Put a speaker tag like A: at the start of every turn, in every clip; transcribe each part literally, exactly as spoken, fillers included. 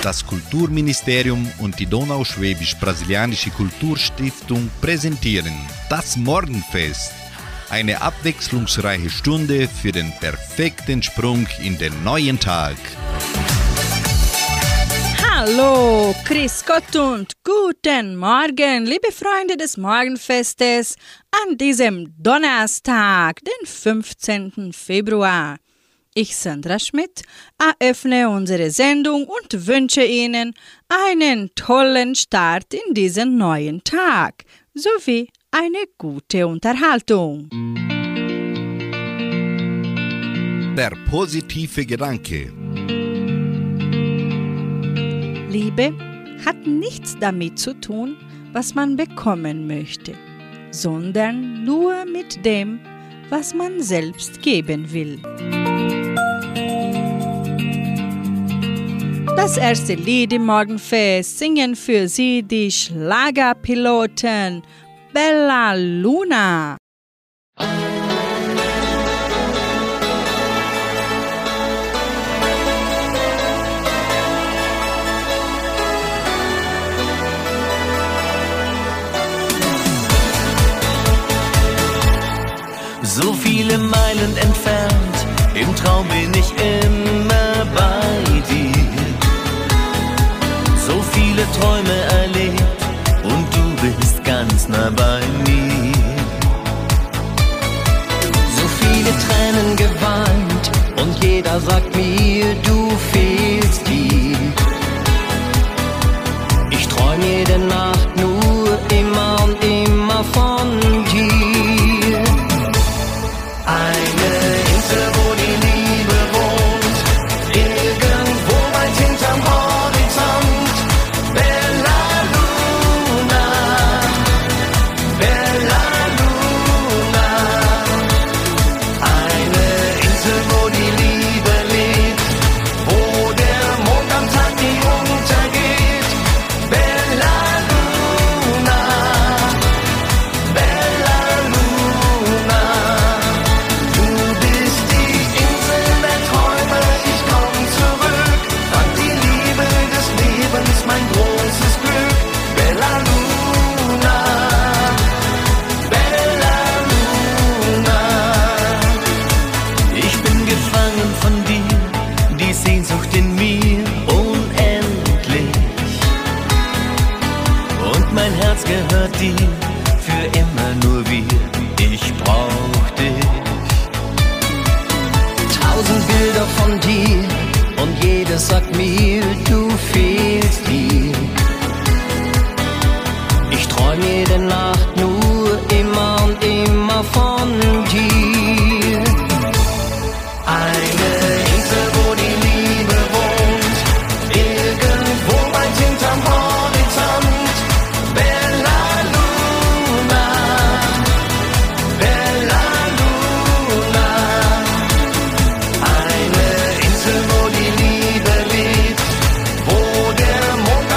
A: Das Kulturministerium und die Donauschwäbisch-Brasilianische Kulturstiftung präsentieren das Morgenfest. Eine abwechslungsreiche Stunde für den perfekten Sprung in den neuen Tag.
B: Hallo, Grüß Gott und guten Morgen, liebe Freunde des Morgenfestes, an diesem Donnerstag, den fünfzehnten Februar. Ich, Sandra Schmidt, eröffne unsere Sendung und wünsche Ihnen einen tollen Start in diesen neuen Tag, sowie eine gute Unterhaltung.
A: Der positive Gedanke.
B: Liebe hat nichts damit zu tun, was man bekommen möchte, sondern nur mit dem, was man selbst geben will. Das erste Lied im Morgenfest singen für Sie die Schlagerpiloten Bella Luna.
C: So viele Meilen entfernt, im Traum bin ich immer bei dir. So viele Träume erlebt und du bist ganz nah bei mir. So viele Tränen geweint und jeder sagt mir, du fehlst dir. Ich träum jede Nacht nur immer und immer von dir. Eine Insel, wo die Liebe wohnt, irgendwo weit hinterm Horizont. Bella Luna, Bella Luna. Eine Insel, wo die Liebe lebt, wo der Mond am Tag nie untergeht. Bella Luna, Bella Luna. Du bist die Insel der Träume, ich komm zurück. Fand die Liebe des Lebens mein großes Glück. Bella Luna, Bella Luna. Ich bin gefangen von dir, die Sehnsucht in mir unendlich. Und mein Herz gehört dir, für immer nur wir. Ich brauch dich. Tausend Bilder von dir und jedes sagt mir, du fehlst dir. Ich träum jede Nacht nur immer und immer von dir. Eine Insel, wo die Liebe wohnt, irgendwo weit hinterm Horizont. Bella Luna, Bella Luna. Eine Insel, wo die Liebe lebt, wo der Mond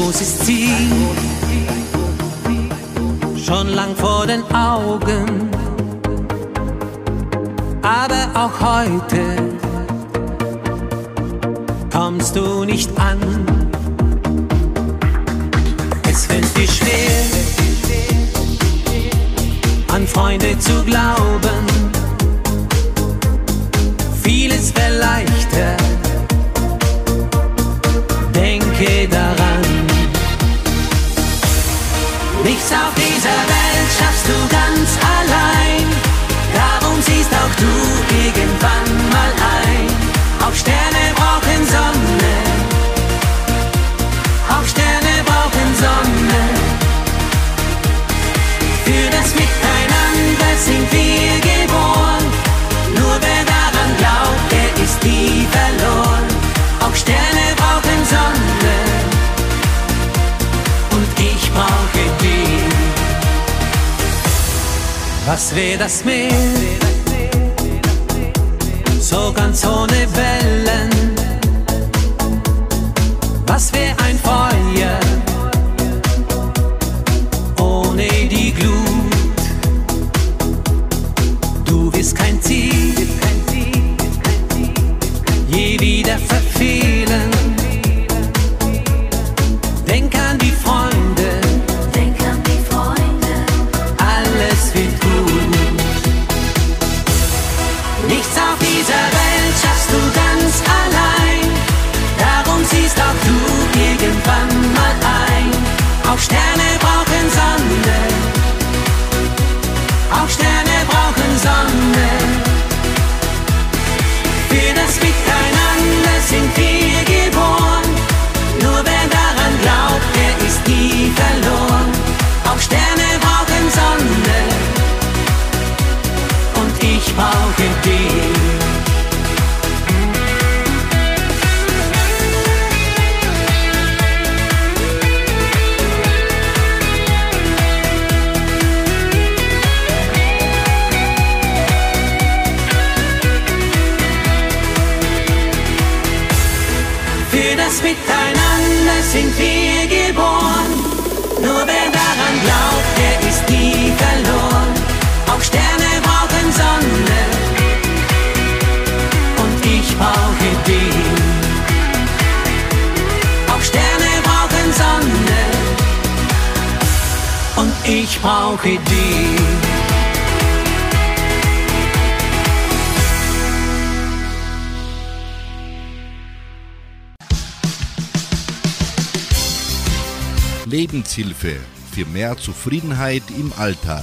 D: großes Ziel, schon lang vor den Augen, aber auch heute kommst du nicht an. Es fällt dir schwer, an Freunde zu glauben, vieles wäre leichter, denke daran. Nichts auf dieser Welt schaffst du ganz allein, darum siehst auch du irgendwann mal ein. Auch Sterne brauchen Sonne, auch Sterne brauchen Sonne. Für das Miteinander sind wir geboren, nur wer daran glaubt, der ist nie verloren. Auch Sterne brauchen Sonne und ich brauche dich. Was wäre das Meer, so ganz ohne Wellen? Was wäre ein Feuer ohne die Glut? Du bist kein Ziel, je wieder verfehlen. Denk an die Freunde,
E: Denk an die Freunde,
D: alles wird gut. Nichts auf dieser Welt schaffst du ganz allein, darum siehst auch du irgendwann mal ein. Auch Sterne brauchen Sonne, auch Sterne brauchen Sonne. Für das Miteinander sind wir geboren, nur wer daran glaubt, der ist nie verloren. Auch Sterne brauchen Sonne und ich brauche dich. Für das Miteinander sind wir geboren, nur wer daran glaubt, der ist nie verloren. Auch Sterne brauchen Sonne und ich brauche dich. Auch Sterne brauchen Sonne und ich brauche dich.
A: Lebenshilfe für mehr Zufriedenheit im Alltag.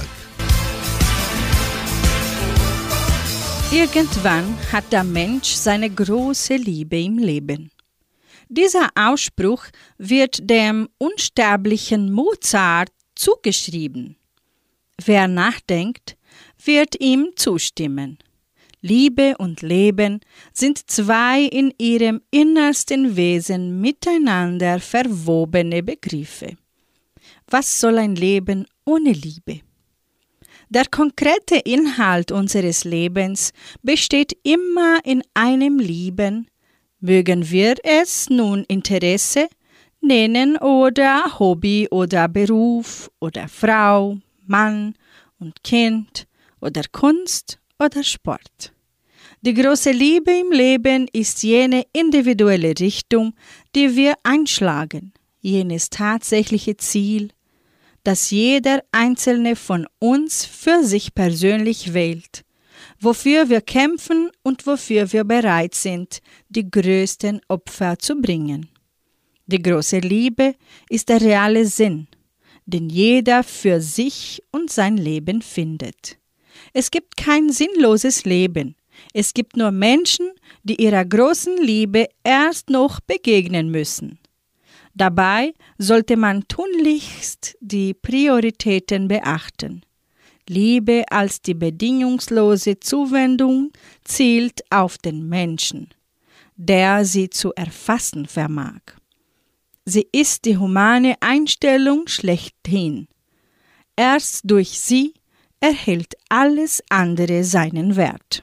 B: Irgendwann hat der Mensch seine große Liebe im Leben. Dieser Ausspruch wird dem unsterblichen Mozart zugeschrieben. Wer nachdenkt, wird ihm zustimmen. Liebe und Leben sind zwei in ihrem innersten Wesen miteinander verwobene Begriffe. Was soll ein Leben ohne Liebe? Der konkrete Inhalt unseres Lebens besteht immer in einem Lieben, mögen wir es nun Interesse nennen oder Hobby oder Beruf oder Frau, Mann und Kind oder Kunst oder Sport. Die große Liebe im Leben ist jene individuelle Richtung, die wir einschlagen, jenes tatsächliche Ziel, das jeder einzelne von uns für sich persönlich wählt, wofür wir kämpfen und wofür wir bereit sind, die größten Opfer zu bringen. Die große Liebe ist der reale Sinn, den jeder für sich und sein Leben findet. Es gibt kein sinnloses Leben. Es gibt nur Menschen, die ihrer großen Liebe erst noch begegnen müssen. Dabei sollte man tunlichst die Prioritäten beachten. Liebe als die bedingungslose Zuwendung zielt auf den Menschen, der sie zu erfassen vermag. Sie ist die humane Einstellung schlechthin. Erst durch sie erhält alles andere seinen Wert.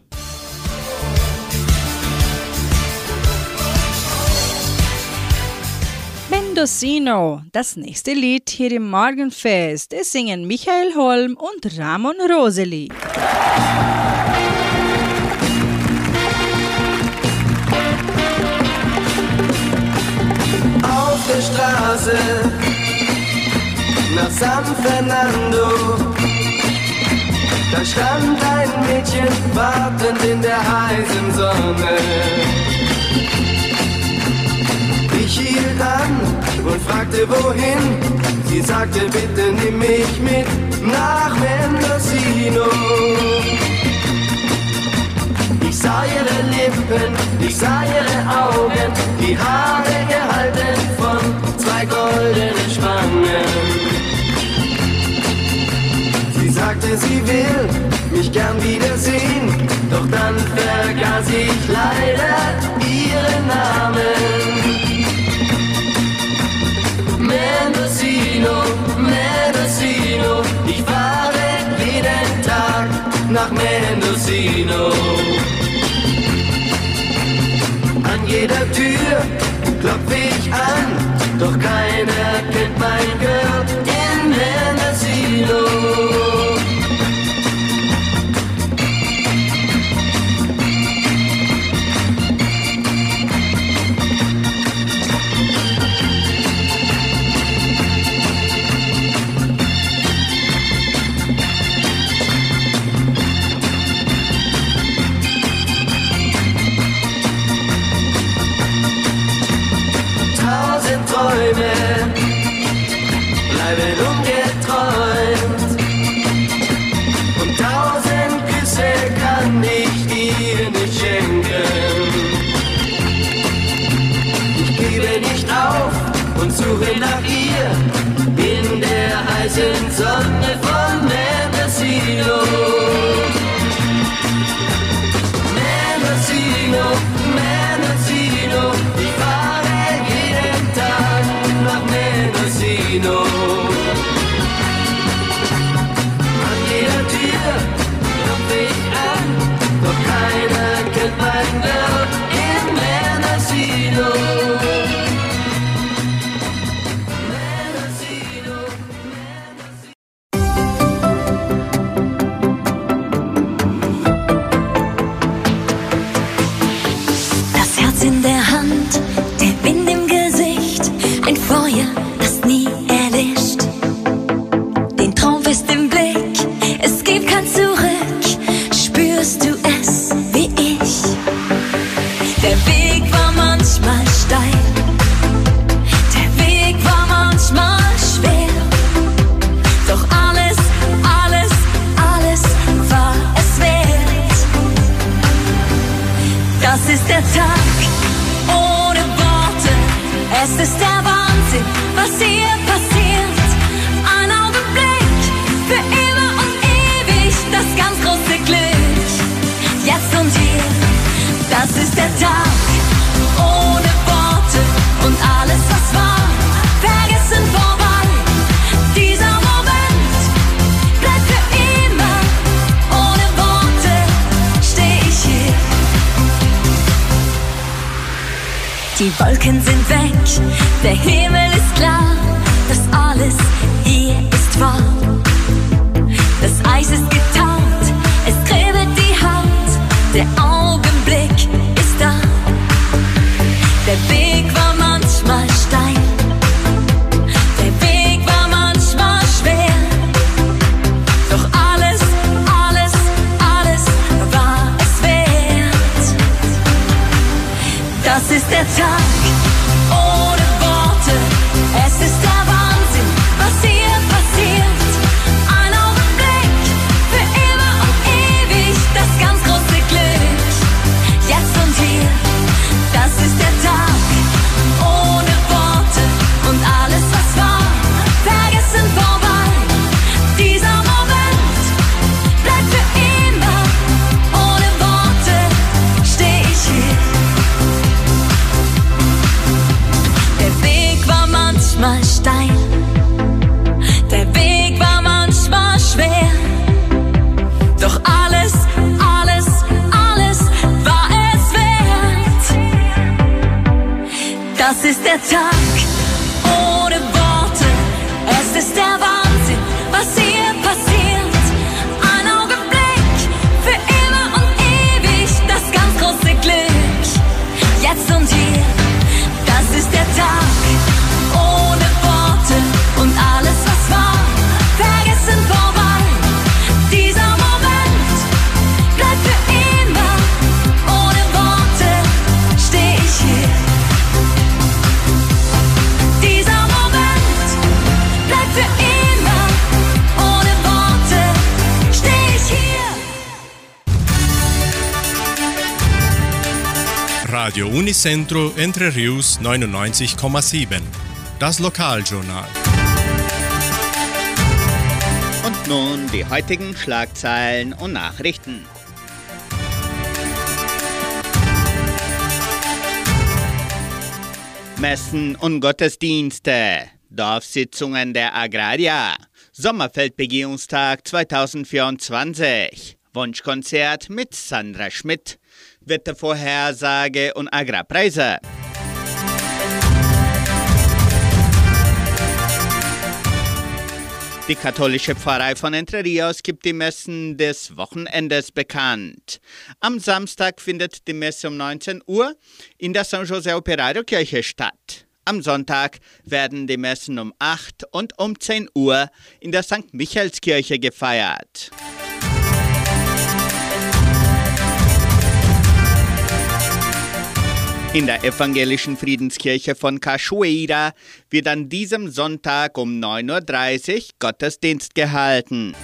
B: Mendocino, das nächste Lied hier im Morgenfest. Es singen Michael Holm und Ramon Roseli.
C: Auf der Straße nach San Fernando, da stand ein Mädchen wartend in der heißen Sonne. Ich hielt an und fragte wohin. Sie sagte, bitte nimm mich mit nach Mendocino. Ich sah ihre Lippen, ich sah ihre Augen, die Haare gehalten von zwei goldenen Spangen. Sie sagte, sie will mich gern wiedersehen, doch dann vergaß ich leider ihren Namen. Mendocino, Mendocino, ich fahre jeden Tag nach Mendocino. An jeder Tür klopf ich an, doch keiner kennt mein Girl in Mendocino. Träume bleiben ungeträumt und tausend Küsse kann ich dir nicht schenken. Ich gebe nicht auf und suche nach ihr in der heißen Sonne von Mendocino. Mendocino, Mendocino, ich fahre nach Mendocino. An jeder Tür klopfe ich an, doch keiner kennt mein Girl in Mendocino. Mendocino,
E: Mendocino. Das Herz in der Hand, der Wind im Gesicht, ein Feuer, das nie erlischt. Den Traum fest im Blick, es gibt kein Zurück. Spürst du es wie ich? Der Weg war manchmal steil, der Weg war manchmal schwer. Doch alles, alles, alles war es wert. Das ist der Tag ohne Worte. Es ist der Wahnsinn, was hier passiert. Ein Augenblick, für immer und ewig, das ganz große Glück. Jetzt und hier, das ist der Tag ohne Worte. Und alles, was war, vergessen vorbei. Dieser Moment bleibt für immer. Ohne Worte steh ich hier. Die Wolken sind weg, der Himmel ist klar, das alles hier ist wahr. Das Eis ist getaut, es kribbelt die Haut, der Augenblick ist da. Der Weg war manchmal steil, der Weg war manchmal schwer. Doch alles, alles, alles war es wert. Das ist der Tag ohne Worte. Es ist der Wahnsinn, was hier passiert. Ein Augenblick, für immer und ewig, das ganz große Glück. Jetzt und hier, das ist der Tag ohne Worte. Und alles, was war, vergessen vorbei. Dieser Moment bleibt für immer. Ohne Worte steh ich hier. Der Weg war manchmal steil, der Weg war manchmal schwer. Doch alles, alles, alles war es wert. Das ist der Tag
F: Radio Unicentro Entre Rius neunundneunzig Komma sieben. Das Lokaljournal.
G: Und nun die heutigen Schlagzeilen und Nachrichten. Messen und Gottesdienste, Dorfsitzungen der Agraria, Sommerfeldbegehungstag zweitausendvierundzwanzig, Wunschkonzert mit Sandra Schmidt, Wettervorhersage und Agrarpreise. Die katholische Pfarrei von Entre Rios gibt die Messen des Wochenendes bekannt. Am Samstag findet die Messe um neunzehn Uhr in der San José Operario Kirche statt. Am Sonntag werden die Messen um acht und um zehn Uhr in der Sankt Michaelskirche gefeiert. In der evangelischen Friedenskirche von Cachoeira wird an diesem Sonntag um neun Uhr dreißig Gottesdienst gehalten.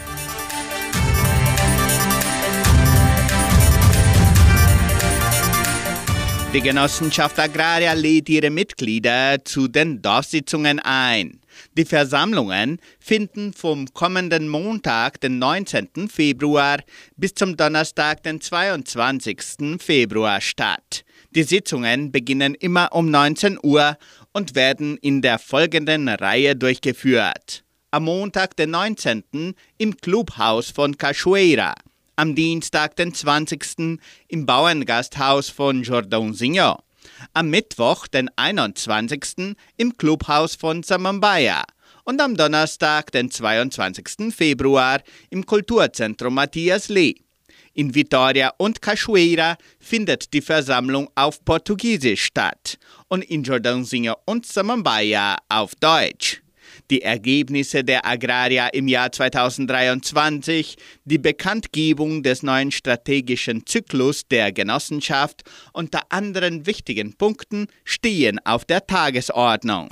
G: Die Genossenschaft Agraria lädt ihre Mitglieder zu den Dorfsitzungen ein. Die Versammlungen finden vom kommenden Montag, den neunzehnten Februar, bis zum Donnerstag, den zweiundzwanzigsten Februar statt. Die Sitzungen beginnen immer um neunzehn Uhr und werden in der folgenden Reihe durchgeführt. Am Montag, den neunzehnten im Clubhaus von Cachoeira. Am Dienstag, den zwanzigsten im Bauerngasthaus von Jordãozinho. Am Mittwoch, den einundzwanzigsten im Clubhaus von Samambaia. Und am Donnerstag, den zweiundzwanzigsten Februar im Kulturzentrum Matthias Lee. In Vitória und Cachoeira findet die Versammlung auf Portugiesisch statt und in Jordãozinho und Samambaia auf Deutsch. Die Ergebnisse der Agraria im Jahr zweitausenddreiundzwanzig, die Bekanntgebung des neuen strategischen Zyklus der Genossenschaft unter anderen wichtigen Punkten stehen auf der Tagesordnung.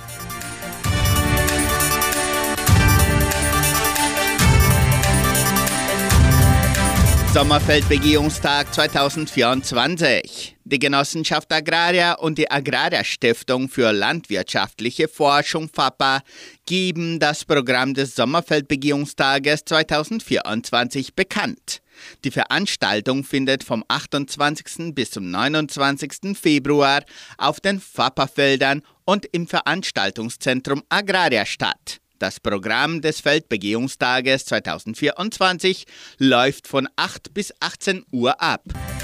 G: Sommerfeldbegehungstag zweitausendvierundzwanzig. Die Genossenschaft Agraria und die Agraria Stiftung für landwirtschaftliche Forschung F A P A geben das Programm des Sommerfeldbegehungstages zweitausendvierundzwanzig bekannt. Die Veranstaltung findet vom achtundzwanzigsten bis zum neunundzwanzigsten Februar auf den F A P A-Feldern und im Veranstaltungszentrum Agraria statt. Das Programm des Feldbegehungstages zweitausendvierundzwanzig läuft von acht bis achtzehn Uhr ab.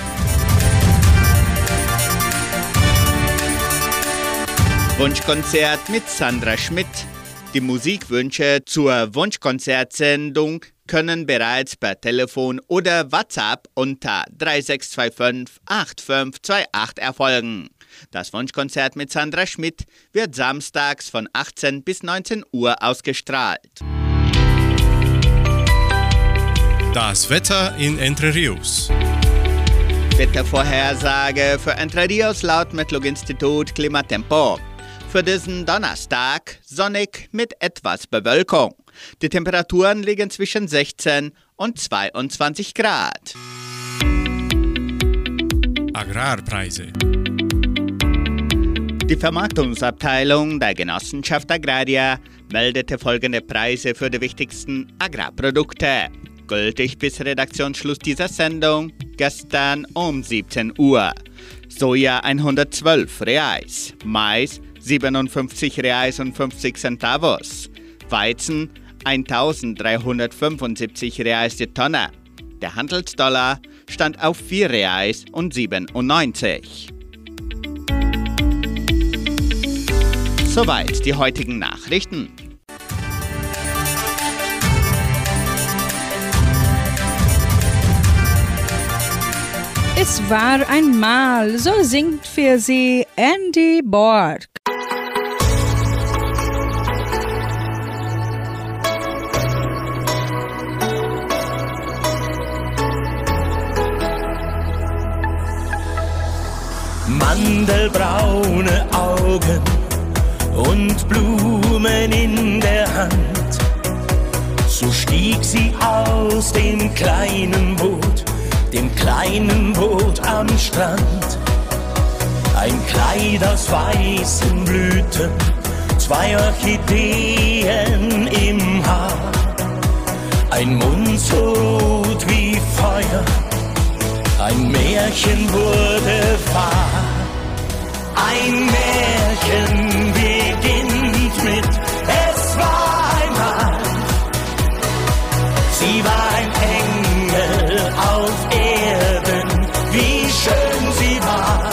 G: Wunschkonzert mit Sandra Schmidt. Die Musikwünsche zur Wunschkonzertsendung können bereits per Telefon oder WhatsApp unter drei sechs zwei fünf acht fünf zwei acht erfolgen. Das Wunschkonzert mit Sandra Schmidt wird samstags von achtzehn bis neunzehn Uhr ausgestrahlt.
F: Das Wetter in Entre Rios.
G: Wettervorhersage für Entre Rios laut Metlog-Institut Klimatempo. Für diesen Donnerstag sonnig mit etwas Bewölkung. Die Temperaturen liegen zwischen sechzehn und zweiundzwanzig Grad.
F: Agrarpreise.
G: Die Vermarktungsabteilung der Genossenschaft Agraria meldete folgende Preise für die wichtigsten Agrarprodukte. Gültig bis Redaktionsschluss dieser Sendung, gestern um siebzehn Uhr. Soja hundertzwölf Reais, Mais siebenundfünfzig Reais und fünfzig Centavos, Weizen eintausenddreihundertfünfundsiebzig Reais die Tonne. Der Handelsdollar stand auf vier Reais und siebenundneunzig. Soweit die heutigen Nachrichten.
B: Es war einmal, so singt für Sie Andy Borg.
C: Mandelbraune Augen und Blumen in der Hand. So stieg sie aus dem kleinen Boot, dem kleinen Boot am Strand. Ein Kleid aus weißen Blüten, zwei Orchideen im Haar, ein Mund so rot wie Feuer, ein Märchen wurde wahr. Ein Märchen beginnt mit es war einmal. Sie war ein Engel auf Erden, wie schön sie war.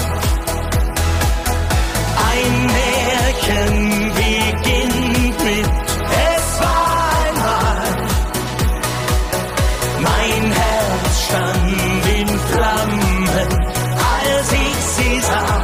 C: Ein Märchen beginnt mit es war einmal. Mein Herz stand in Flammen, als ich sie sah.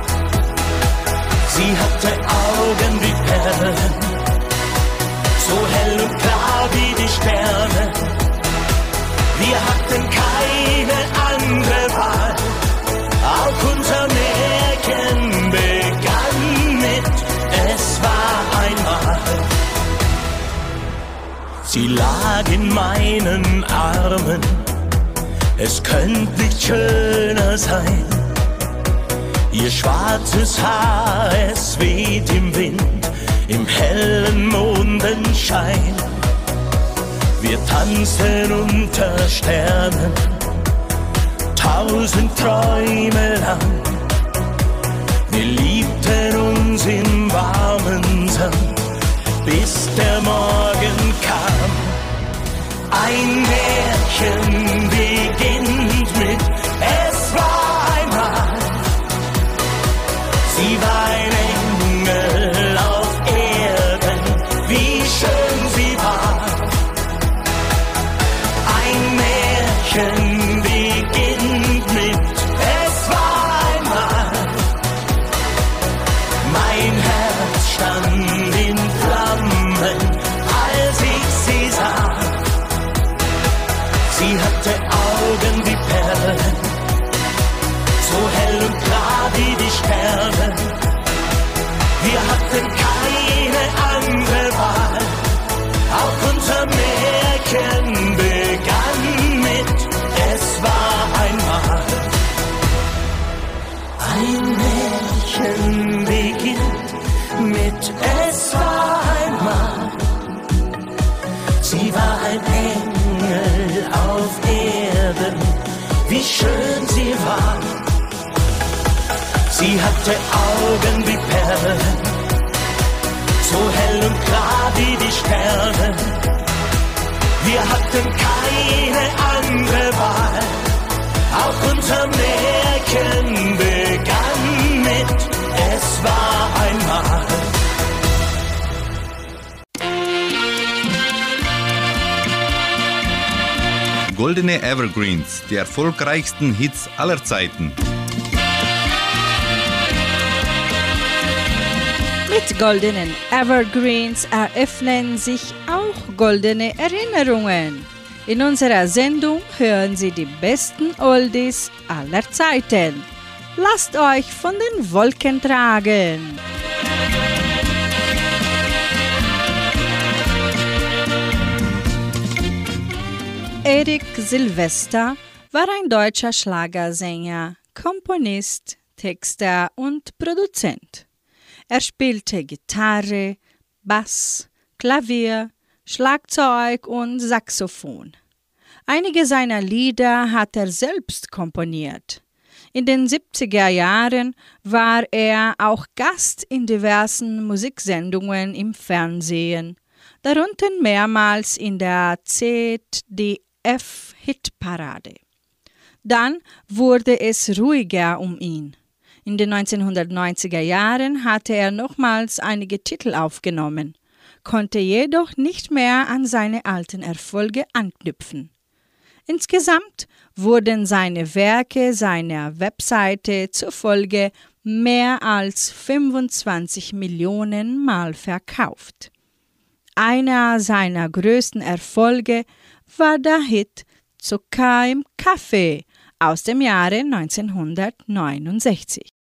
C: Sie hatte Augen wie Perlen, so hell und klar wie die Sterne. Wir hatten keine andere Wahl, auch unser Märchen begann mit es war einmal. Sie lag in meinen Armen, es könnte nicht schöner sein. Ihr schwarzes Haar, es weht im Wind, im hellen Mondenschein. Wir tanzen unter Sternen, tausend Träume lang. Wir liebten uns im warmen Sand, bis der Morgen kam. Ein Märchen beginnt mit es war einmal. Sie war ein Engel auf Erden, wie schön sie war. Ein Märchen beginnt mit es war einmal. Mein Herz stand in Flammen, als ich sie sah. Sie hatte Augen wie Perlen, so hell und klar wie die Sterne. Wir hatten keine andere Wahl, auch unser Märchen begann mit es war einmal. Ein Märchen beginnt mit es war einmal. Sie war ein Engel auf Erden, wie schön sie war. Sie hatte Augen wie Perlen, so hell und klar wie die Sterne. Wir hatten keine andere Wahl, auch unser Märchen begann mit es war einmal.
A: Goldene Evergreens, die erfolgreichsten Hits aller Zeiten.
B: Mit goldenen Evergreens eröffnen sich auch goldene Erinnerungen. In unserer Sendung hören Sie die besten Oldies aller Zeiten. Lasst euch von den Wolken tragen. Erik Silvester war ein deutscher Schlagersänger, Komponist, Texter und Produzent. Er spielte Gitarre, Bass, Klavier, Schlagzeug und Saxophon. Einige seiner Lieder hat er selbst komponiert. In den siebziger Jahren war er auch Gast in diversen Musiksendungen im Fernsehen, darunter mehrmals in der Z D F-Hitparade. Dann wurde es ruhiger um ihn. In den neunzehnhundertneunziger Jahren hatte er nochmals einige Titel aufgenommen, konnte jedoch nicht mehr an seine alten Erfolge anknüpfen. Insgesamt wurden seine Werke seiner Webseite zufolge mehr als fünfundzwanzig Millionen Mal verkauft. Einer seiner größten Erfolge war der Hit Zucker im Kaffee aus dem Jahre neunzehnhundertneunundsechzig.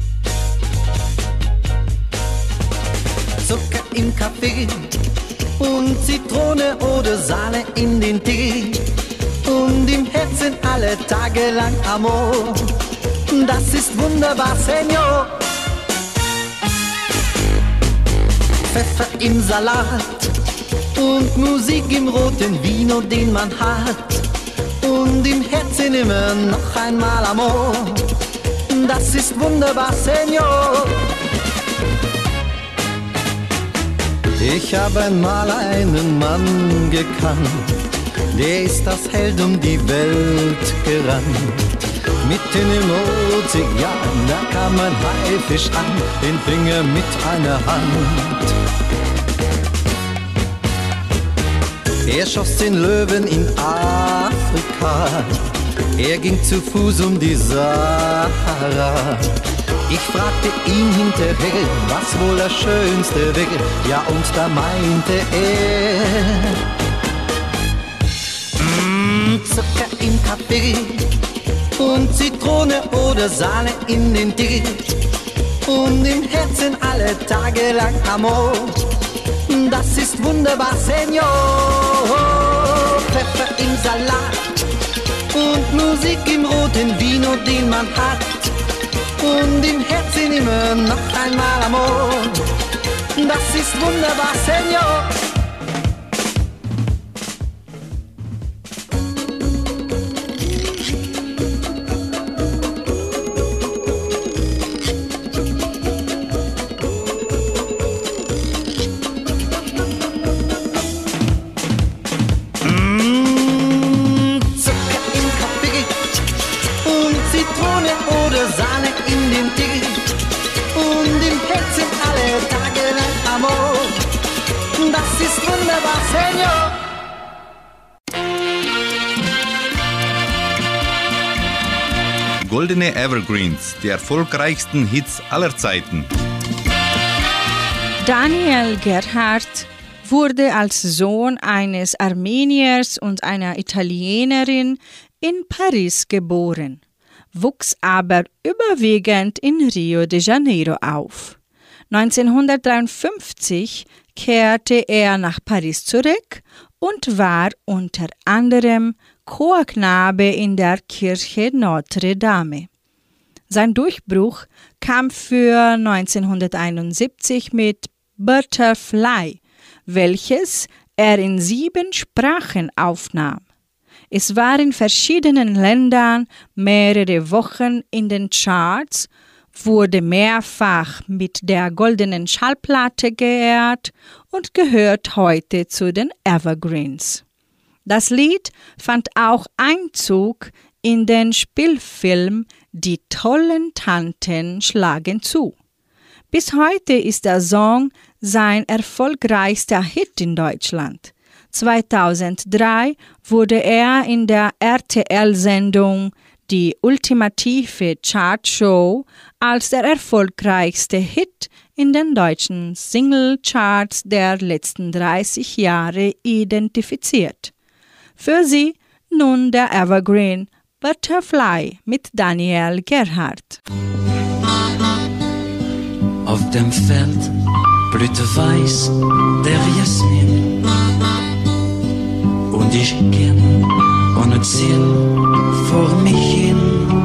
H: Zucker im Kaffee und Zitrone oder Sahne in den Tee und im Herzen alle Tage lang Amor. das ist wunderbar, Senor. Pfeffer im Salat und Musik im roten Vino, den man hat. Und im Herzen immer noch einmal Amor, das ist wunderbar, Senor. Ich habe einmal einen Mann gekannt, der ist als Held um die Welt gerannt. Mitten im Ozean, da kam ein Haifisch an, den fing er mit einer Hand. Er schoss den Löwen in Afrika, er ging zu Fuß um die Sahara. Ich fragte ihn hinterher, was wohl das Schönste wäre, ja und da meinte er, mm, Zucker im Kaffee und Zitrone oder Sahne in den Tee und im Herzen alle Tage lang Amor, das ist wunderbar, Senor. Pfeffer im Salat und Musik im roten Vino, den man hat. Und im Herzen immer noch einmal Amor, das ist wunderbar, Senor. Mmh, Zucker im Kaffee und Zitrone oder Sahne in den Tee und im Herzen alle Tage lang Amor, das ist wunderbar, Senor.
A: Goldene Evergreens, die erfolgreichsten Hits aller Zeiten.
B: Daniel Gerhardt wurde als Sohn eines Armeniers und einer Italienerin in Paris geboren, wuchs aber überwiegend in Rio de Janeiro auf. neunzehnhundertdreiundfünfzig kehrte er nach Paris zurück und war unter anderem Chorknabe in der Kirche Notre Dame. Sein Durchbruch kam für neunzehnhunderteinundsiebzig mit Butterfly, welches er in sieben Sprachen aufnahm. Es war in verschiedenen Ländern mehrere Wochen in den Charts, wurde mehrfach mit der goldenen Schallplatte geehrt und gehört heute zu den Evergreens. Das Lied fand auch Einzug in den Spielfilm Die tollen Tanten schlagen zu. Bis heute ist der Song sein erfolgreichster Hit in Deutschland. zweitausenddrei wurde er in der R T L-Sendung Die ultimative Chartshow als der erfolgreichste Hit in den deutschen Singlecharts der letzten dreißig Jahre identifiziert. Für sie nun der Evergreen Butterfly mit Daniel Gerhardt.
I: Auf dem Feld blühte weiß der Jasmin und ich ging ohne Ziel vor mich hin.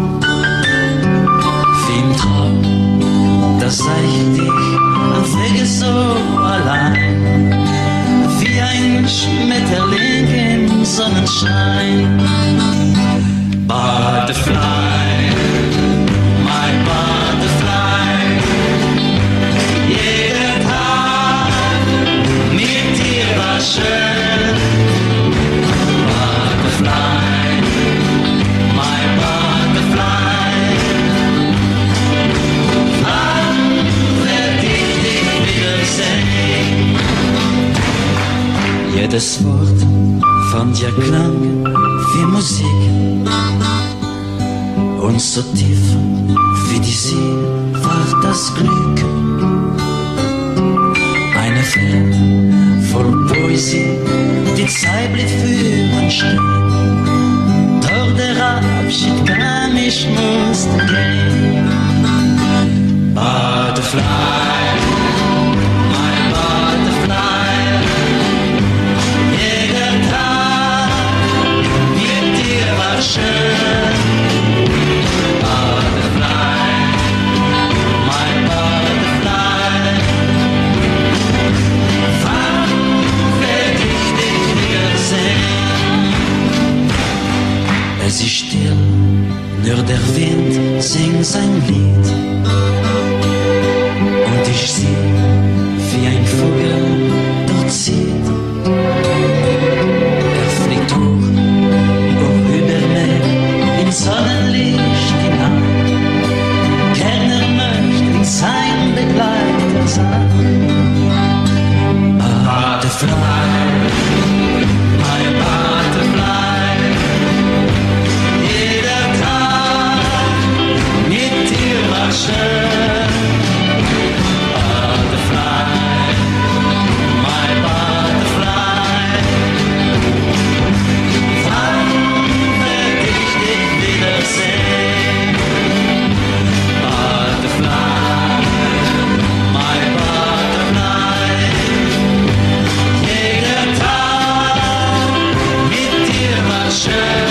I: Wie im Traum, da sah ich dich am Wege so allein, wie ein Schmetterling im Sonnenschein. Butterfly, my butterfly, jeder Tag mit dir war schön. Butterfly, my butterfly, wann werd ich dich wiedersehen? Jedes Wort von dir klang wie Musik und so tief wie die See war das Glück. Eine Welt voll Poesie, die Zeit blieb für uns stehen. Doch der Abschied kam, ich musste gehen. Butterfly, my butterfly, jeder Tag mit dir war schön. Butterfly, Es ist still, nur der Wind singt sein Lied. Und ich sehe, wie ein Vogel dort zieht. Er fliegt hoch, hoch über mir, in Sonnenlicht hinein. Keiner möchte sein Begleiter sein. Butterfly, my butterfly. Jeder Tag mit dir war schön. Butterfly, my butterfly. Wann werd ich dich wiedersehen? Butterfly, my butterfly. Jeder Tag mit dir war schön.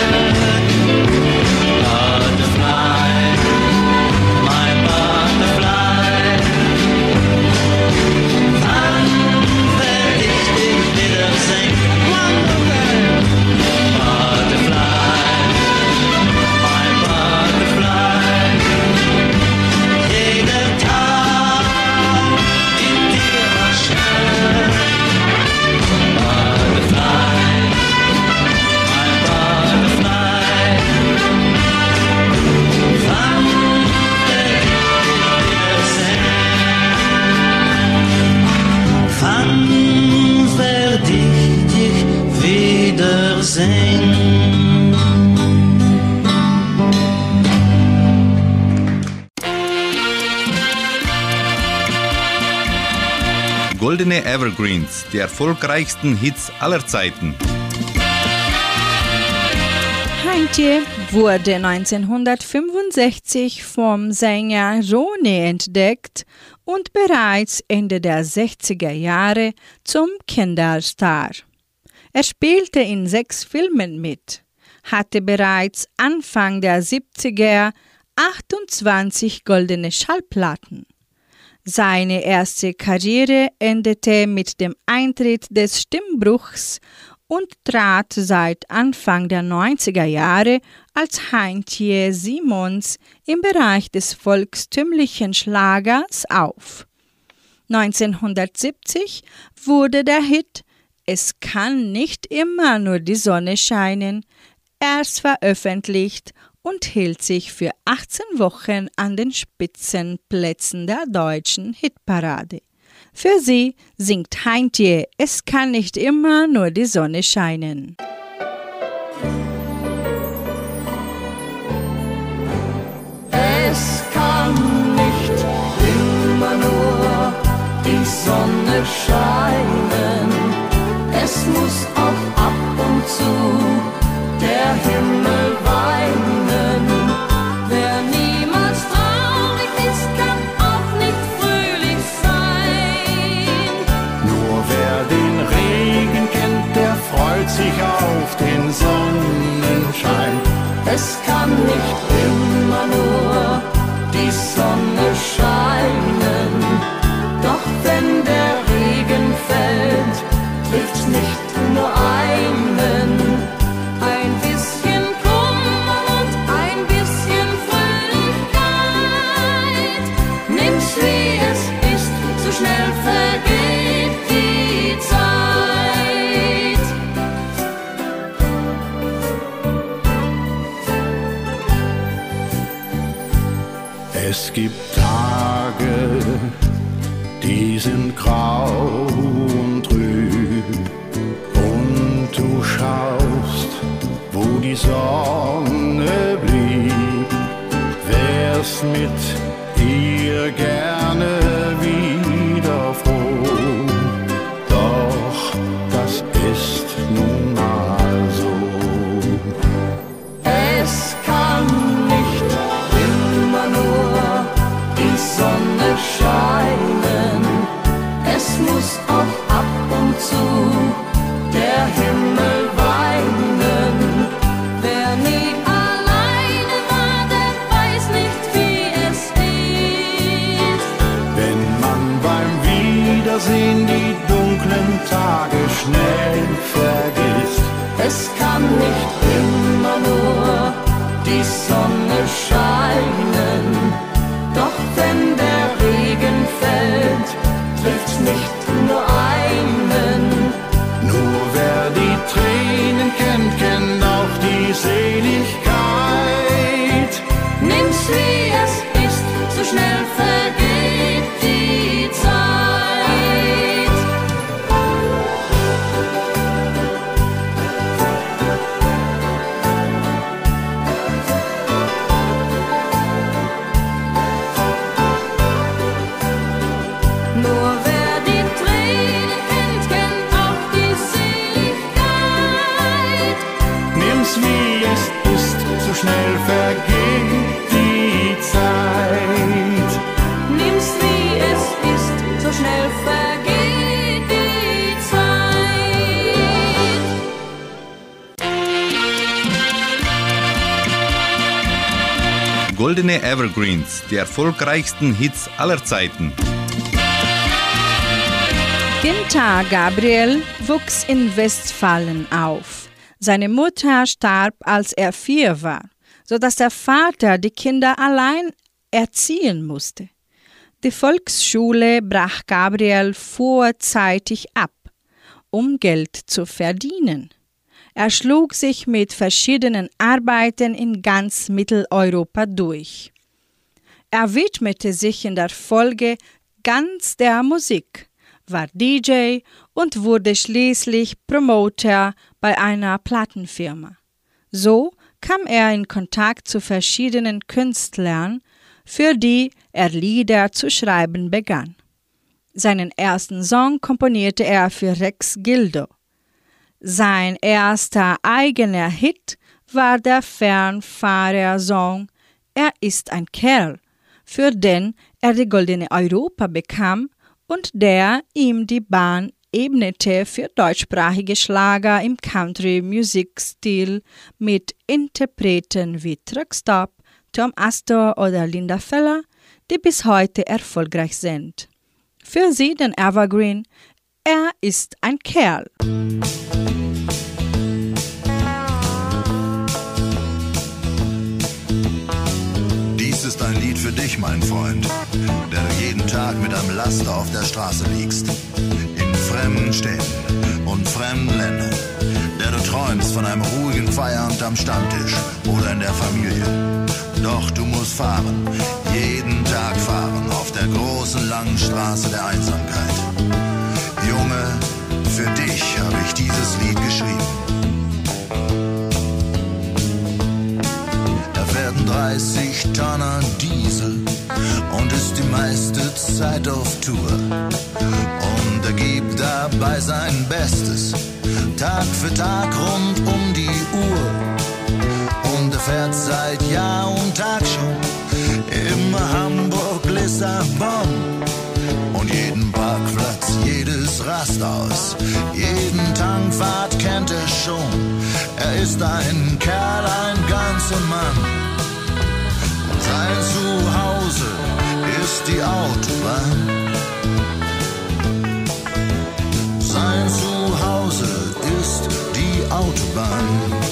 A: Goldene Evergreens, die erfolgreichsten Hits aller Zeiten.
B: Heintje wurde neunzehnhundertfünfundsechzig vom Sänger Ronny entdeckt und bereits Ende der sechziger Jahre zum Kinderstar. Er spielte in sechs Filmen mit, hatte bereits Anfang der siebziger achtundzwanzig goldene Schallplatten. Seine erste Karriere endete mit dem Eintritt des Stimmbruchs und trat seit Anfang der neunziger Jahre als Heintje Simons im Bereich des volkstümlichen Schlagers auf. neunzehnhundertsiebzig wurde der Hit »Es kann nicht immer nur die Sonne scheinen« erst veröffentlicht und hielt sich für achtzehn Wochen an den Spitzenplätzen der deutschen Hitparade. Für sie singt Heintje »Es kann nicht immer nur die Sonne scheinen«.
C: Es kann nicht immer nur die Sonne scheinen, es muss auch ab und zu der Himmel weinen. Wer niemals traurig ist, kann auch nicht fröhlich sein.
J: Nur wer den Regen kennt, der freut sich auf den Sonnenschein.
C: Es kann nicht immer nur die Sonne scheinen, doch wenn der Regen fällt, trifft's nicht nur einen. Ein bisschen Kummer und ein bisschen Fröhlichkeit, nimm's wie es ist, so schnell vergeht die Zeit.
J: Es gibt Tage, die sind grau und trüb, und du schaust, wo die Sonne blieb, wärst mit ihr gerne wieder froh, doch das ist nun mal so.
C: Es kann nicht immer nur die Sonne scheinen, es muss auch ab und zu der Himmel weinen. Wer nie alleine war, der weiß nicht, wie es ist. die Sonne scheinen. Doch wenn der Regen fällt, trifft's nicht nur einen.
J: Nur wer die Tränen kennt, kennt auch die Seligkeit.
E: Nimm's wie es ist, so schnell vergeht die Zeit. Nur wer die Tränen kennt, kennt auch die Seligkeit.
J: Nimm's wie es ist, so schnell vergeht die Zeit.
E: Nimm's wie es ist, so schnell vergeht die Zeit.
A: Goldene Evergreens, die erfolgreichsten Hits aller Zeiten.
B: Günther Gabriel wuchs in Westfalen auf. Seine Mutter starb, als er vier war, sodass der Vater die Kinder allein erziehen musste. Die Volksschule brach Gabriel vorzeitig ab, um Geld zu verdienen. Er schlug sich mit verschiedenen Arbeiten in ganz Mitteleuropa durch. Er widmete sich in der Folge ganz der Musik, war D J und wurde schließlich Promoter bei einer Plattenfirma. So kam er in Kontakt zu verschiedenen Künstlern, für die er Lieder zu schreiben begann. Seinen ersten Song komponierte er für Rex Gildo. Sein erster eigener Hit war der Fernfahrer-Song Er ist ein Kerl, für den er die Goldene Europa bekam und der ihm die Bahn ebnete für deutschsprachige Schlager im Country-Musikstil mit Interpreten wie Truckstop, Tom Astor oder Linda Feller, die bis heute erfolgreich sind. Für sie den Evergreen Er ist ein Kerl.
K: Dies ist ein Lied für dich, mein Freund, der du jeden Tag mit einem Laster auf der Straße liegst. In fremden Städten und fremden Ländern. Der du träumst von einem ruhigen Feierabend am Stammtisch oder in der Familie. Doch du musst fahren, jeden Tag fahren, auf der großen langen Straße der Einsamkeit. Junge, für dich habe ich dieses Lied geschrieben. Da fährt ein dreißig Tonner Diesel und ist die meiste Zeit auf Tour. Und er gibt dabei sein Bestes, Tag für Tag rund um die Uhr. Und er fährt seit Jahr und Tag schon immer Hamburg-Lissabon. Und jeden Parkplatz, jedes Rasthaus, jeden Tankwart kennt er schon. Er ist ein Kerl, ein ganzer Mann. Und sein Zuhause ist die Autobahn. Sein Zuhause ist die Autobahn.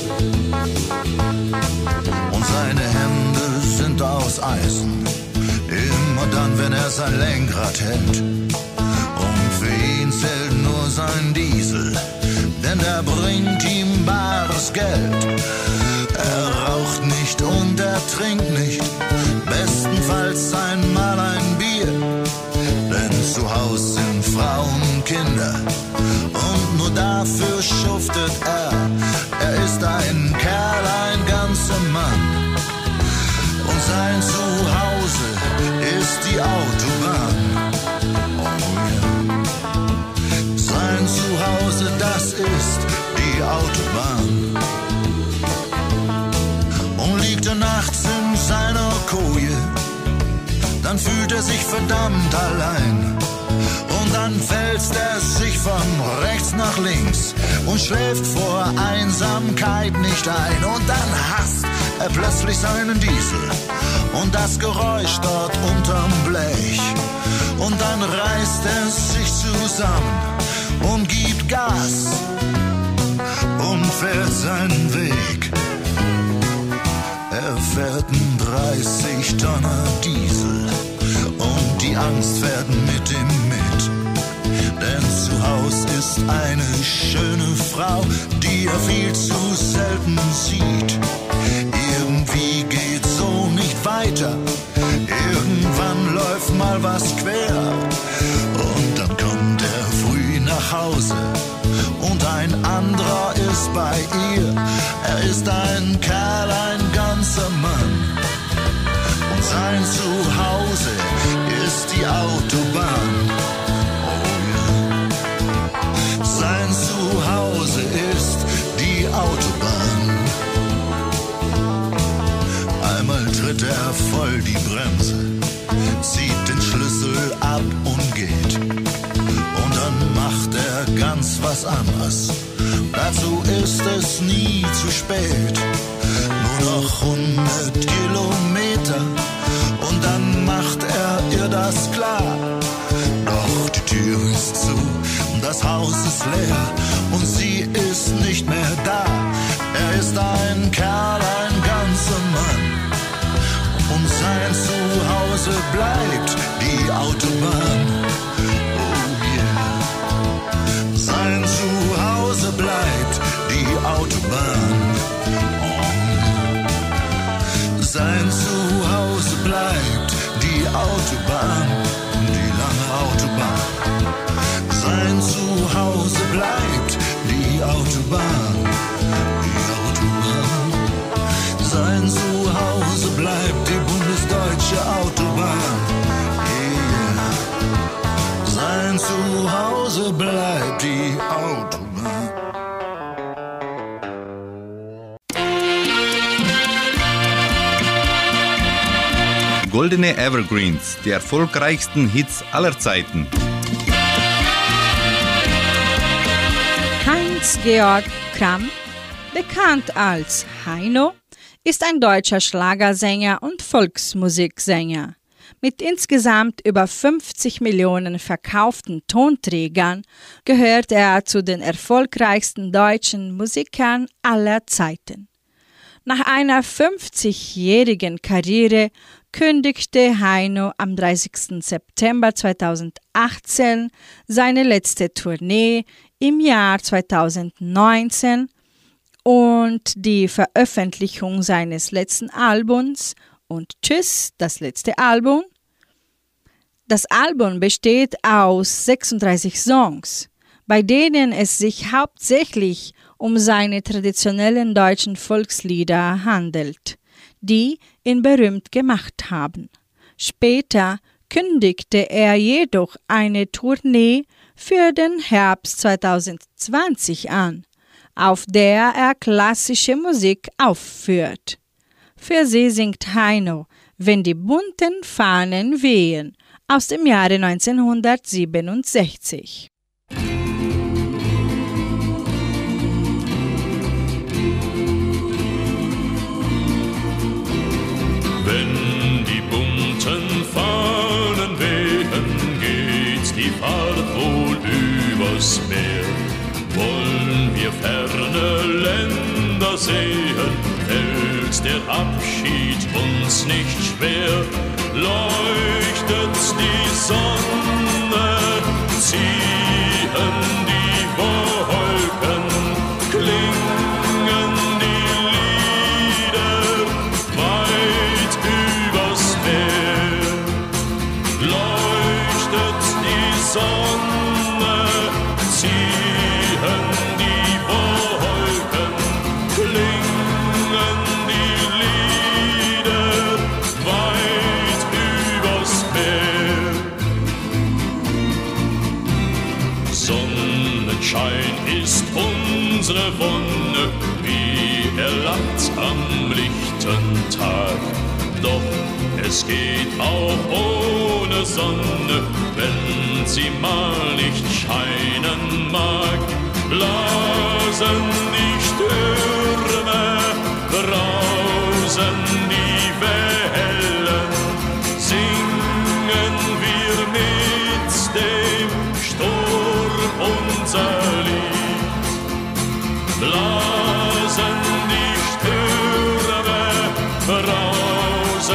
K: Und seine Hände sind aus Eisen, immer dann, wenn er sein Lenkrad hält. Und für ihn zählt nur sein Diesel, denn der bringt ihm bares Geld. Er raucht nicht und er trinkt nicht, bestenfalls einmal ein Bier. Denn zu Hause sind Frauen und Kinder und nur dafür schuftet er. Er ist ein Kerl, ein ganzer Mann. Und sein Zuhause ist die Autobahn. Oh yeah. Sein Zuhause, das ist die Autobahn. Und liegt er nachts in seiner Koje, dann fühlt er sich verdammt allein. Und dann wälzt er sich von rechts nach links und schläft vor Einsamkeit nicht ein. Und dann hasst er plötzlich seinen Diesel und das Geräusch dort unterm Blech. Und dann reißt er sich zusammen und gibt Gas und fährt seinen Weg. Er dreißig Tonner Diesel und die Angst fährt mit ihm mit. Denn zu Haus ist eine schöne Frau, die er viel zu selten sieht. Irgendwie geht's so nicht weiter, irgendwann läuft mal was quer. Und dann kommt er früh nach Hause und ein anderer ist bei ihr. Er ist ein Kerl, ein ganzer Mann und sein Zuhause ist die Autobahn. Sein Zuhause ist die Autobahn. Einmal tritt er voll die Bremse, zieht den Schlüssel ab und geht. Und dann macht er ganz was anderes. Dazu ist es nie zu spät. Nur noch hundert Kilometer und dann macht er ihr das klar. Doch die Tür ist zu, das Haus ist leer und sie ist nicht mehr da. Er ist ein Kerl, ein ganzer Mann und sein Zuhause bleibt die Autobahn. Oh yeah. Sein Zuhause bleibt die Autobahn. Oh. Sein Zuhause bleibt die Autobahn, die lange Autobahn. Sein Zuhause bleibt die Autobahn, die Autobahn. Sein Zuhause bleibt die bundesdeutsche Autobahn. Yeah. Sein Zuhause bleibt die Autobahn.
A: Goldene Evergreens, die erfolgreichsten Hits aller Zeiten.
B: Heinz-Georg Kramm, bekannt als Heino, ist ein deutscher Schlagersänger und Volksmusiksänger. Mit insgesamt über fünfzig Millionen verkauften Tonträgern gehört er zu den erfolgreichsten deutschen Musikern aller Zeiten. Nach einer fünfzigjährigen Karriere kündigte Heino am dreißigsten September zweitausendachtzehn seine letzte Tournee im Jahr zweitausendneunzehn und die Veröffentlichung seines letzten Albums und Tschüss, das letzte Album. Das Album besteht aus sechsunddreißig Songs, bei denen es sich hauptsächlich um seine traditionellen deutschen Volkslieder handelt, die ihn berühmt gemacht haben. Später kündigte er jedoch eine Tournee für den Herbst zweitausendzwanzig an, auf der er klassische Musik aufführt. Für sie singt Heino »Wenn die bunten Fahnen wehen« aus dem Jahre neunzehnhundertsiebenundsechzig.
L: Wenn die bunten Fahnen wehen, geht die Fahrt wohl übers Meer. Wollen wir ferne Länder sehen, fällt der Abschied uns nicht schwer. Leuchtet die Sonne, ziehen die Wolken, klingen die Lieder weit übers Meer. Leuchtet die Sonne, ziehen die Wolken, klingen die Lieder weit übers Meer. Sonnenschein ist unsere Wonne, wie er lacht am lichten Tag. Doch es geht auch ohne Sonne, wenn sie mal nicht scheinen mag. Blasen die Stürme, brausen die Wellen, singen wir mit dem Sturm unser Lied. Blasen die Stürme, brausen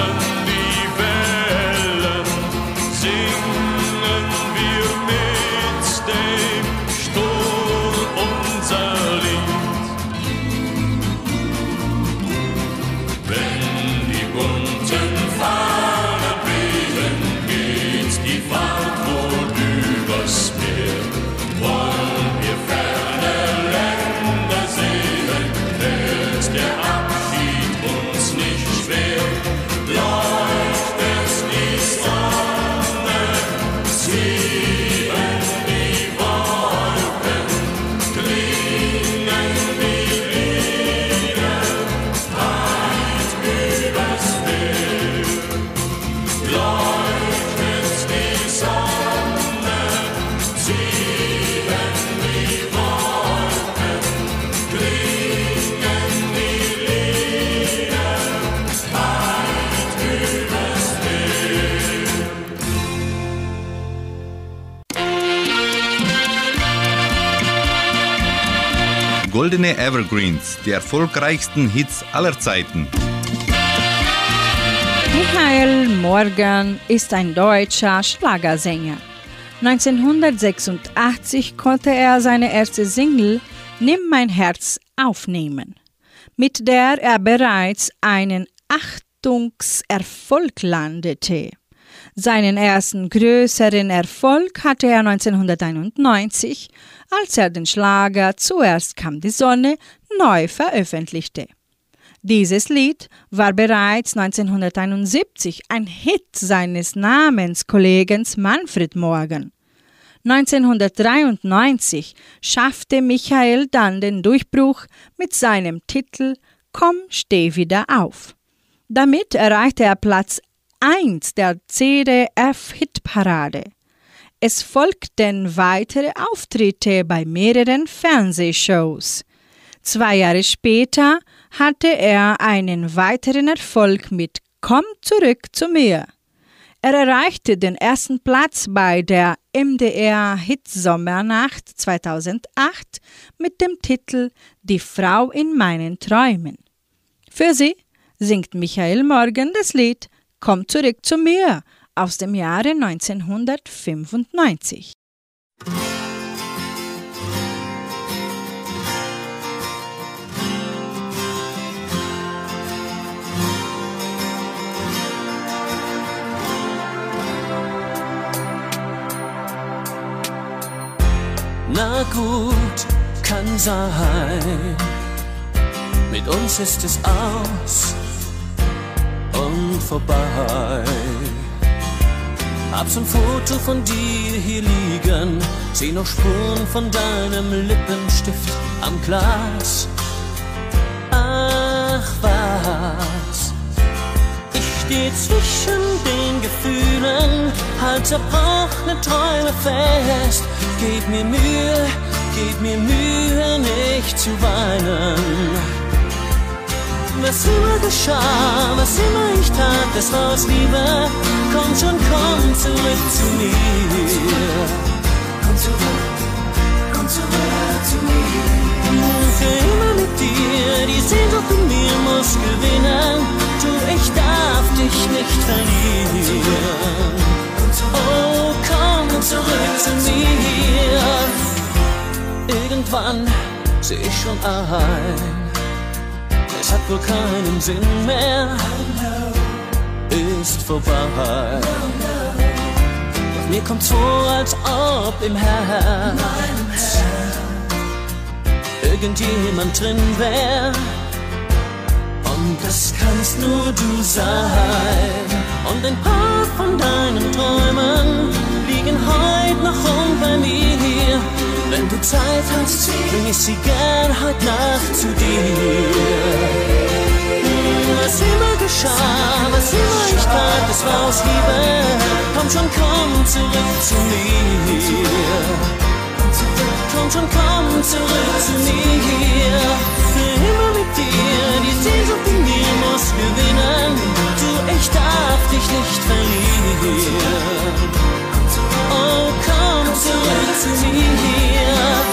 A: Goldene Evergreens, die erfolgreichsten Hits aller Zeiten.
B: Michael Morgan ist ein deutscher Schlagersänger. neunzehnhundertsechsundachtzig konnte er seine erste Single Nimm mein Herz aufnehmen, mit der er bereits einen Achtungserfolg landete. Seinen ersten größeren Erfolg hatte er neunzehnhunderteinundneunzig, als er den Schlager Zuerst kam die Sonne neu veröffentlichte. Dieses Lied war bereits neunzehnhunderteinundsiebzig ein Hit seines Namenskollegen Manfred Morgan. neunzehnhundertdreiundneunzig schaffte Michael dann den Durchbruch mit seinem Titel Komm, steh wieder auf. Damit erreichte er Platz eins der C D F-Hitparade. Es folgten weitere Auftritte bei mehreren Fernsehshows. Zwei Jahre später hatte er einen weiteren Erfolg mit Komm zurück zu mir. Er erreichte den ersten Platz bei der M D R-Hitsommernacht zweitausendacht mit dem Titel Die Frau in meinen Träumen. Für sie singt Michael Morgan das Lied Komm zurück zu mir aus dem Jahre neunzehnhundertfünfundneunzig.
I: Na gut, kann sein, mit uns ist es aus und vorbei. Hab so'n Foto von dir hier liegen, seh noch Spuren von deinem Lippenstift am Glas. Ach was, ich steh zwischen den Gefühlen, halt zerbrochene Träume fest. Gib mir Mühe, gib mir Mühe, nicht zu weinen. Was immer geschah, was immer ich tat, das war aus Liebe. Komm schon, komm zurück zu mir. Komm zurück, komm zurück zu mir. Für immer mit dir, die Sehnsucht in mir muss gewinnen. Du, ich darf dich nicht verlieren. Oh, komm zurück zu mir. Irgendwann seh ich schon ein, es hat wohl keinen Sinn mehr, ist vorbei. Doch mir kommt's vor, als ob im Herz irgendjemand drin wär. Und das kannst nur du sein. Und ein paar von deinen Träumen liegen heute noch rum bei mir. Wenn du Zeit hast, bring ich sie gern heute Nacht zu dir. Was immer geschah, was immer ich tat, das war aus Liebe. Komm schon, komm zurück zu mir. Komm schon, komm zurück zu mir. Für immer mit dir, die Sehnsucht in mir muss gewinnen. Du, ich darf dich nicht verlieren. Oh, komm zurück zu mir.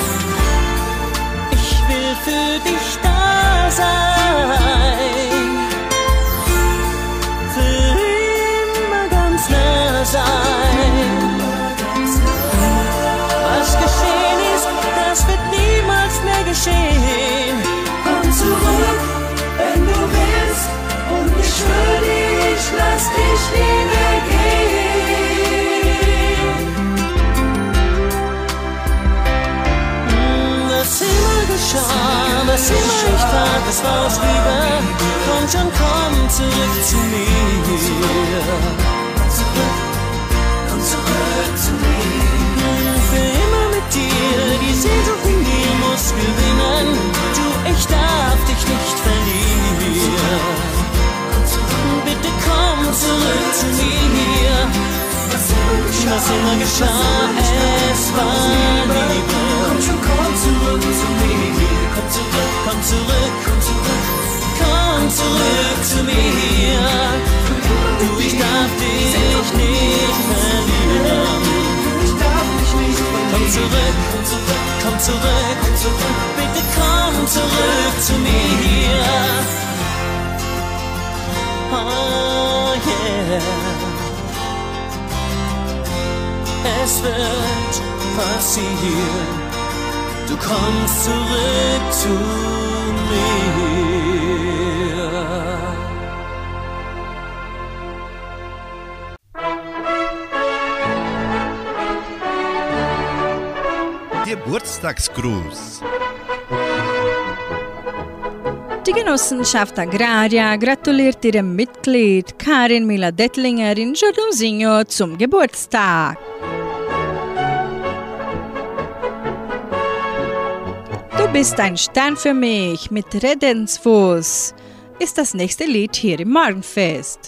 I: Ich will für dich da sein. Für immer ganz nah sein. Was geschehen ist, das wird niemals mehr geschehen. Komm zurück, wenn du willst. Und ich schwör dir, ich lass dich nie mehr gehen. Was immer geschah, was immer ich tat, das war aus Liebe. Komm schon, komm zurück zu mir. Komm zurück, komm zurück zu mir. Für immer mit dir, die Sehnsucht in dir muss gewinnen. Du, ich darf dich nicht verlieren. Bitte komm zurück zu mir. Was immer geschah, es war Liebe. Komm schon, komm zurück zu mir. Komm zurück, komm zurück, komm zurück. Komm zurück zu mir. Du, ich darf dich nicht verlieren. Komm zurück, komm zurück, komm zurück. Bitte komm komm zurück zu mir. Oh yeah. Es wird passieren, du kommst zurück zu mir.
A: Geburtstagsgruß.
B: Die Genossenschaft Agraria gratuliert ihrem Mitglied Karin Mila-Dettlinger in Jordãozinho zum Geburtstag. Du bist ein Stern für mich mit Redensfuß, ist das nächste Lied hier im Morgenfest.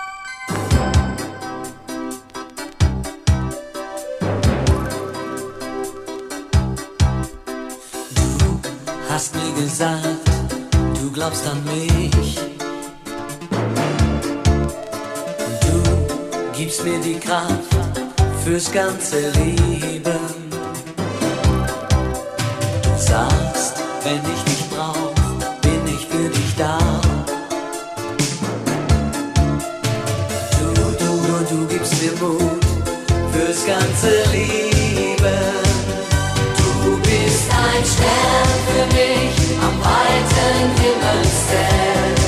I: Du hast mir gesagt, du glaubst an mich. Du gibst mir die Kraft fürs ganze Leben. Du sagst, wenn ich dich brauch, bin ich für dich da. Du, du, du gibst mir Mut fürs ganze Leben. Du bist ein Stern für mich am weiten Himmelszelt.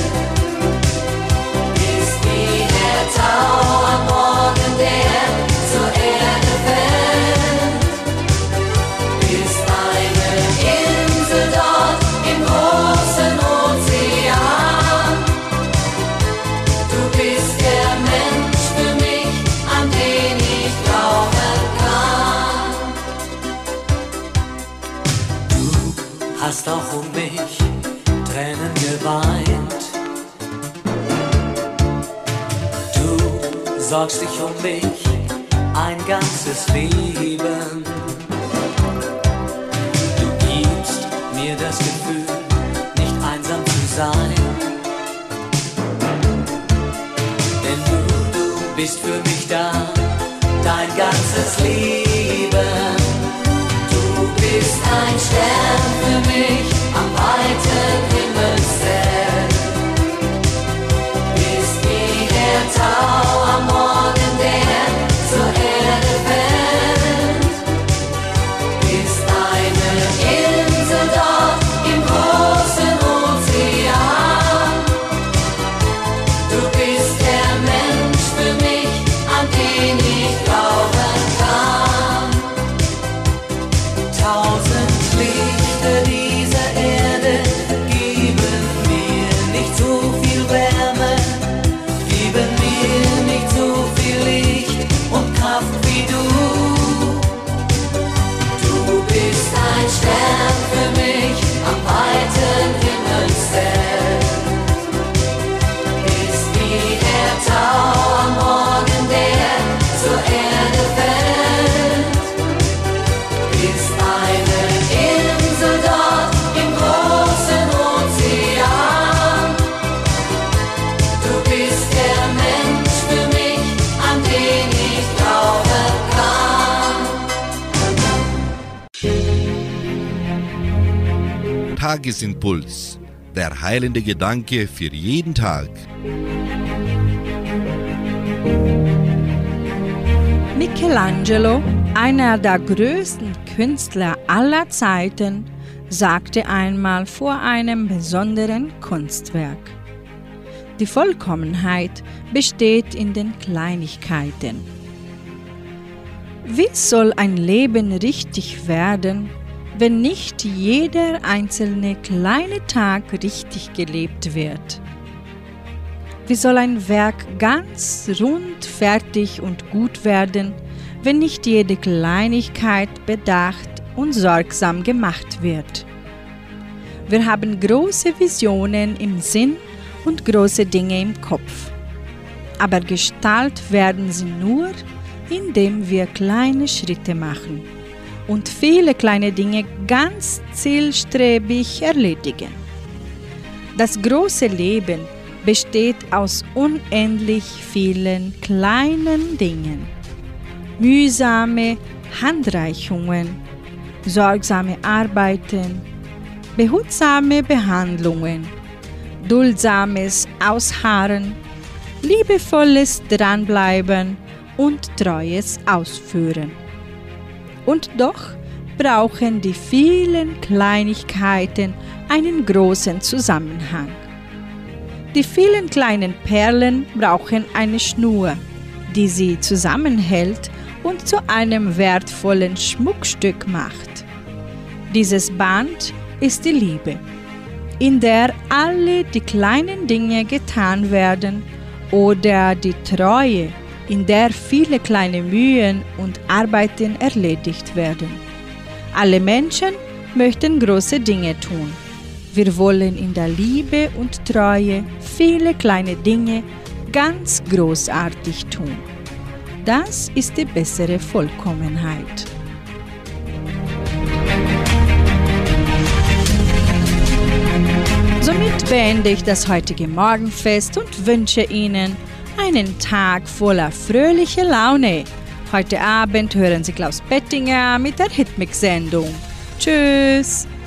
I: Bist wie der Tau am Morgen, der zur Erde fällt. Bist eine Insel dort im großen Ozean. Du bist der Mensch für mich, an den ich glauben kann. Du hast auch um mich Tränen geweint. Du sorgst dich um mich ein ganzes Leben. Du gibst mir das Gefühl, nicht einsam zu sein. Denn du, du bist für mich da, dein ganzes Leben. Du bist ein Stern für mich am weiten Himmelszelt. Bist wie der Tau am Morgen, der zur Erde fällt. Bist eine Insel dort im großen Ozean. Du bist der Mensch für mich, an den ich glauben kann. Tausend Lichter dieser Erde geben mir nicht so viel Wärme, geben mir nicht so viel Licht und Kraft wie du. Du bist ein Stern für mich am weiten Himmelszelt. Bist wie der Tau am Morgen, der zur Erde fällt. Bist eine Insel dort im großen Ozean. Du bist der Mensch für mich, an den ich glauben kann.
A: Tagesimpuls. Der heilende Gedanke für jeden Tag.
B: Michelangelo, einer der größten Künstler aller Zeiten, sagte einmal vor einem besonderen Kunstwerk: Die Vollkommenheit besteht in den Kleinigkeiten. Wie soll ein Leben richtig werden, wenn nicht jeder einzelne kleine Tag richtig gelebt wird? Wie soll ein Werk ganz rund, fertig und gut werden, wenn nicht jede Kleinigkeit bedacht und sorgsam gemacht wird? Wir haben große Visionen im Sinn und große Dinge im Kopf. Aber Gestalt werden sie nur, indem wir kleine Schritte machen und viele kleine Dinge ganz zielstrebig erledigen. Das große Leben besteht aus unendlich vielen kleinen Dingen. Mühsame Handreichungen, sorgsame Arbeiten, behutsame Behandlungen, duldsames Ausharren, liebevolles Dranbleiben und treues Ausführen. Und doch brauchen die vielen Kleinigkeiten einen großen Zusammenhang. Die vielen kleinen Perlen brauchen eine Schnur, die sie zusammenhält und zu einem wertvollen Schmuckstück macht. Dieses Band ist die Liebe, in der alle die kleinen Dinge getan werden, oder die Treue, in der viele kleine Mühen und Arbeiten erledigt werden. Alle Menschen möchten große Dinge tun. Wir wollen in der Liebe und Treue viele kleine Dinge ganz großartig tun. Das ist die bessere Vollkommenheit. Somit beende ich das heutige Morgenfest und wünsche Ihnen einen Tag voller fröhlicher Laune. Heute Abend hören Sie Klaus Bettinger mit der Hitmix-Sendung. Tschüss!